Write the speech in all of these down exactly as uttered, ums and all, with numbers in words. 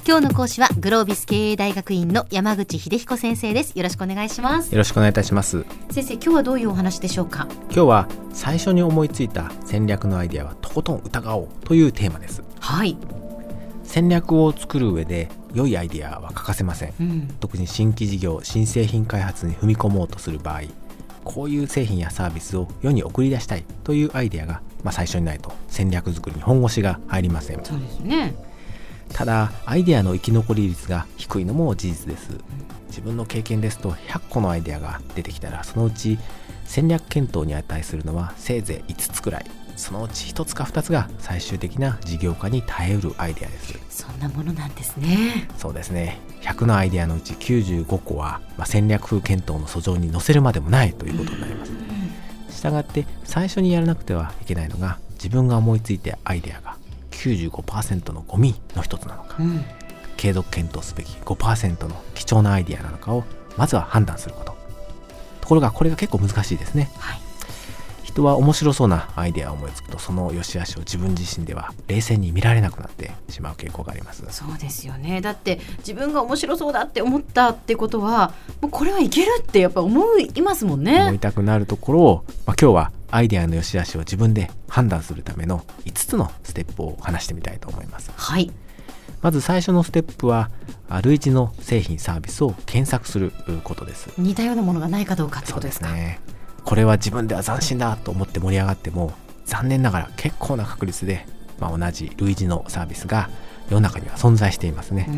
今日の講師はグロービス経営大学院の山口秀彦先生です。よろしくお願いします。 よろしくお願いいたします。 先生、今日はどういうお話でしょうか？ 今日は最初に思いついた戦略のアイデアはとことん疑おうというテーマです。 はい。 戦略を作る上で良いアイデアは欠かせません、うん、特に新規事業新製品開発に踏み込もうとする場合、こういう製品やサービスを世に送り出したいというアイデアが、まあ、最初にないと戦略作りに本腰が入りません。 そうですね。 ただアイデアの生き残り率が低いのも事実です。自分の経験ですとひゃっこのアイデアが出てきたら、そのうち戦略検討に値するのはせいぜいいつつくらい、そのうちひとつかふたつが最終的な事業化に耐えうるアイデアです。 そんなものなんですね。 そうですね。ひゃくのアイデアのうちきゅうじゅうごこは、まあ、戦略風検討の訴状に載せるまでもないということになります。したがって最初にやらなくてはいけないのが、自分が思いついたアイデアが きゅうじゅうごパーセント のゴミの一つなのか、うん、継続検討すべき ごパーセント の貴重なアイデアなのかをまずは判断すること。ところがこれが結構難しいですね。はい。人は面白そうなアイデアを思いつくと、その良し悪しを自分自身では冷静に見られなくなってしまう傾向があります。 そうですよね。だって自分が面白そうだって思ったってことは、もうこれはいけるってやっぱ思いますもんね。 思いたくなるところを、まあ、今日はアイデアの良し悪しを自分で判断するためのいつつのステップを話してみたいと思います。 はい。 まず最初のステップは、類似の製品サービスを検索することです。 似たようなものがないかどうかってことですか？ そうですね。これは自分では斬新だと思って盛り上がっても、残念ながら結構な確率で、まあ、同じ類似のサービスが世の中には存在していますね。うん。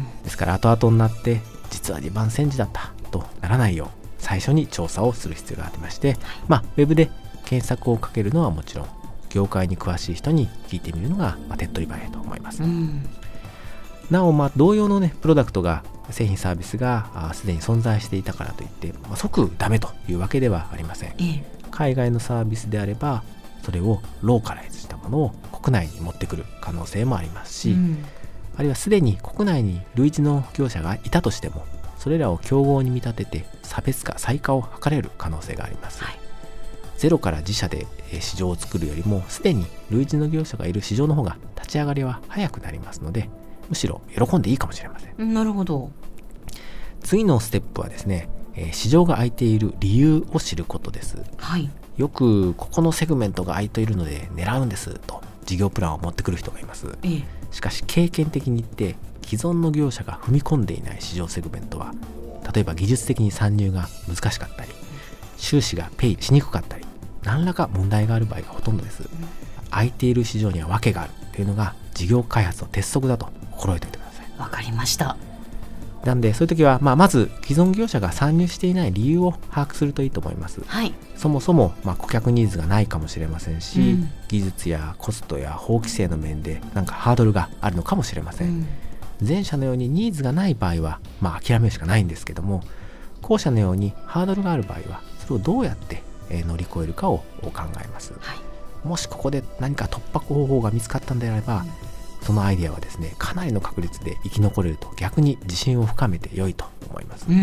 ですから後々になって実は二番煎じだったとならないよう、最初に調査をする必要がありまして、はい、まあ、ウェブで検索をかけるのはもちろん、業界に詳しい人に聞いてみるのが、まあ、手っ取り早いと思います。うん。なお、まあ、同様のねプロダクトが製品サービスがすでに存在していたからといって、まあ、即ダメというわけではありません。ええ、海外のサービスであればそれをローカライズしたものを国内に持ってくる可能性もありますし、うん、あるいはすでに国内に類似の業者がいたとしても、それらを競合に見立てて差別化差異化を図れる可能性があります。はい、ゼロから自社で市場を作るよりも、すでに類似の業者がいる市場の方が立ち上がりは早くなりますので、むしろ喜んでいいかもしれません。 なるほど。 次のステップはですね、市場が空いている理由を知ることです。 はい、 よくここのセグメントが空いているので狙うんですと事業プランを持ってくる人がいます。ええ、しかし経験的に言って、既存の業者が踏み込んでいない市場セグメントは、例えば技術的に参入が難しかったり、収支がペイしにくかったり、何らか問題がある場合がほとんどです。うん、空いている市場には訳があるというのが事業開発の鉄則だと心得ておいてください。 わかりました。 なんでそういう時は、まあ、まず既存業者が参入していない理由を把握するといいと思います。はい、そもそも、まあ、顧客ニーズがないかもしれませんし、うん、技術やコストや法規制の面でなんかハードルがあるのかもしれません。うん、前者のようにニーズがない場合は、まあ、諦めるしかないんですけども、後者のようにハードルがある場合はそれをどうやって乗り越えるかを考えます。はい、もしここで何か突破方法が見つかったんであれば、うん、そのアイデアはですね、かなりの確率で生き残れると、逆に自信を深めて良いと思います。うん、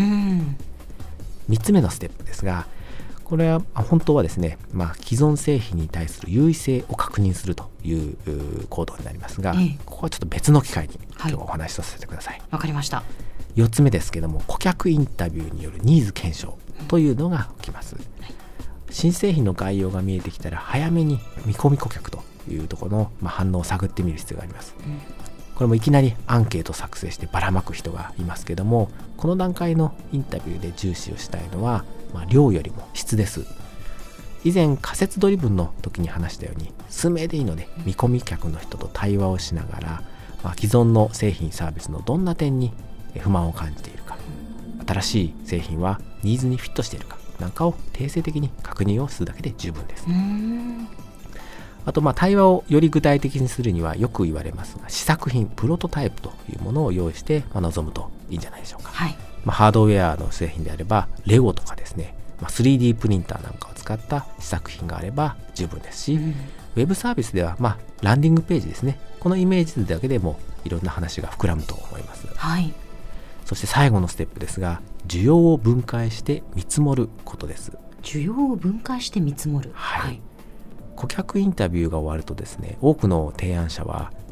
みっつめのステップですが、これは本当はですね、まあ、既存製品に対する優位性を確認するという行動になりますが、ええ、ここはちょっと別の機会に今日お話しさせてください。 わかりました。 よっつめですけども、顧客インタビューによるニーズ検証というのが起きます。うん、はい、新製品の概要が見えてきたら早めに見込み顧客というところの、まあ、反応を探ってみる必要があります。うん、これもいきなりアンケート作成してばらまく人がいますけども、この段階のインタビューで重視をしたいのは、まあ、量よりも質です。以前仮説ドリブンの時に話したように、数名でいいので見込み客の人と対話をしながら、まあ、既存の製品サービスのどんな点に不満を感じているか、新しい製品はニーズにフィットしているかなんかを定性的に確認をするだけで十分です。うーん、あと、まあ対話をより具体的にするにはよく言われますが、試作品プロトタイプというものを用意して、まあ、臨むといいんじゃないでしょうか。はい、まあ、ハードウェアの製品であればレゴとかですね、まあ、スリーディー プリンターなんかを使った試作品があれば十分ですし、うん、ウェブサービスでは、まあ、ランディングページですね、このイメージ図だけでもいろんな話が膨らむと思います。はい、そして最後のステップですが、需要を分解して見積もることです。 需要を分解して見積もる。 はい、はい、顧客インタビューが終わるとですね、多くの提案者は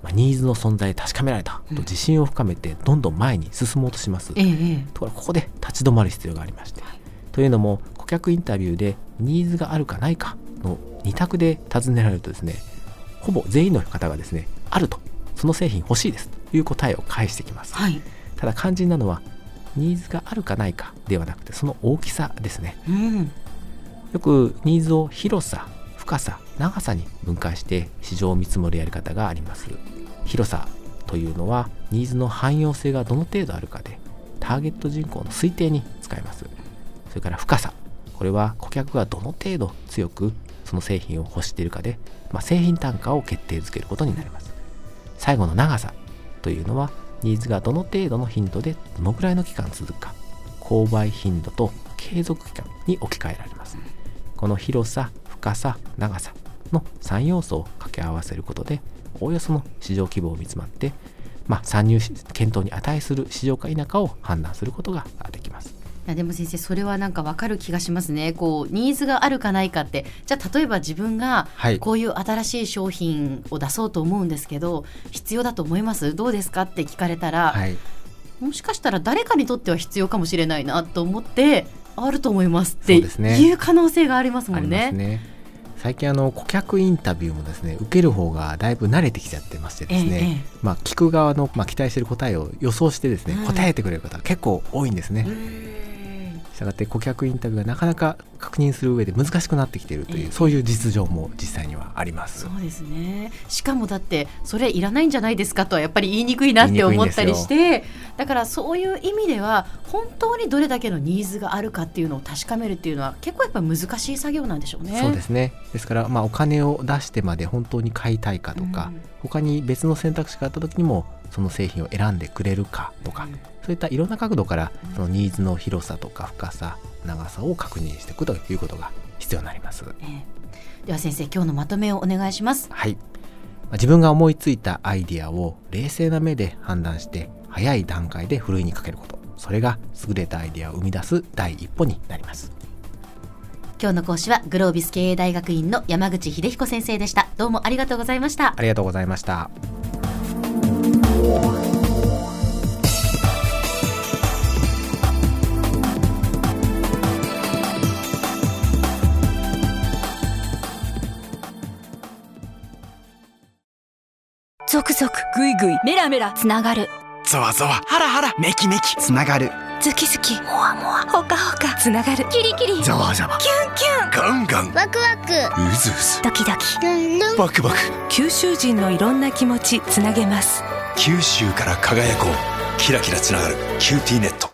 まあ、ニーズの存在確かめられたと自信を深めてどんどん前に進もうとします、 ええ、 ところがここで立ち止まる必要がありまして、はい、というのも顧客インタビューでニーズがあるかないかのに択で尋ねられるとですね、ほぼ全員の方がですね、あると、その製品欲しいですという答えを返してきます、はい、ただ肝心なのはニーズがあるかないかではなくて、その大きさですね、うん、よくニーズを広さ、深さ、長さに分解して市場を見積もるやり方があります。広さというのはニーズの汎用性がどの程度あるかでターゲット人口の推定に使えます。それから深さ、これは顧客がどの程度強くその製品を欲しているかで、まあ、製品単価を決定づけることになります。最後の長さというのはニーズがどの程度の頻度でどのくらいの期間続くか、購買頻度と継続期間に置き換えられます。この広さ、深さ、長さのさん要素を掛け合わせることで、おおよその市場規模を見積もって、まあ、参入検討に値する市場か否かを判断することができます。 いやでも先生、それはなんか分かる気がしますね。こうニーズがあるかないかって、じゃあ例えば自分がこういう新しい商品を出そうと思うんですけど、はい、必要だと思います？どうですかって聞かれたら、はい、もしかしたら誰かにとっては必要かもしれないなと思って、あると思いますっていう可能性がありますもんね。 ありますね。最近あの顧客インタビューもですね、受ける方がだいぶ慣れてきちゃってましてですね、ええ、まあ、聞く側の、まあ、期待している答えを予想してですね、うん、答えてくれる方が結構多いんですね。したがって顧客インタビューがなかなか確認する上で難しくなってきているという、ええ、そういう実情も実際にはあります。 そうですね。しかもだってそれいらないんじゃないですかとはやっぱり言いにくいなって思ったりして、だからそういう意味では本当にどれだけのニーズがあるかっていうのを確かめるっていうのは結構やっぱ難しい作業なんでしょうね。 そうですね。ですから、まあ、お金を出してまで本当に買いたいかとか、うん、他に別の選択肢があった時にもその製品を選んでくれるかとか、うん、そういったいろんな角度からそのニーズの広さとか深さ、長さを確認していくということが必要になります、えー、では先生、今日のまとめをお願いします。 はい、自分が思いついたアイデアを冷静な目で判断して早い段階でふるいにかけること、それが優れたアイデアを生み出す第一歩になります。 今日の講師はグロービス経営大学院の山口秀彦先生でした。どうもありがとうございました。 ありがとうございました。 ゾクゾクグイグイメラメラつながる、 ゾワゾワハラハラメキメキつながる、 ズキズキモワモワホカホカつながる、キリキリザワザワキュンキュンガンガンワクワクウズウズドキドキルンルンバクバク、 九州人のいろんな気持ちつなげます。 九州から輝こう、キラキラつながるキューティーネット。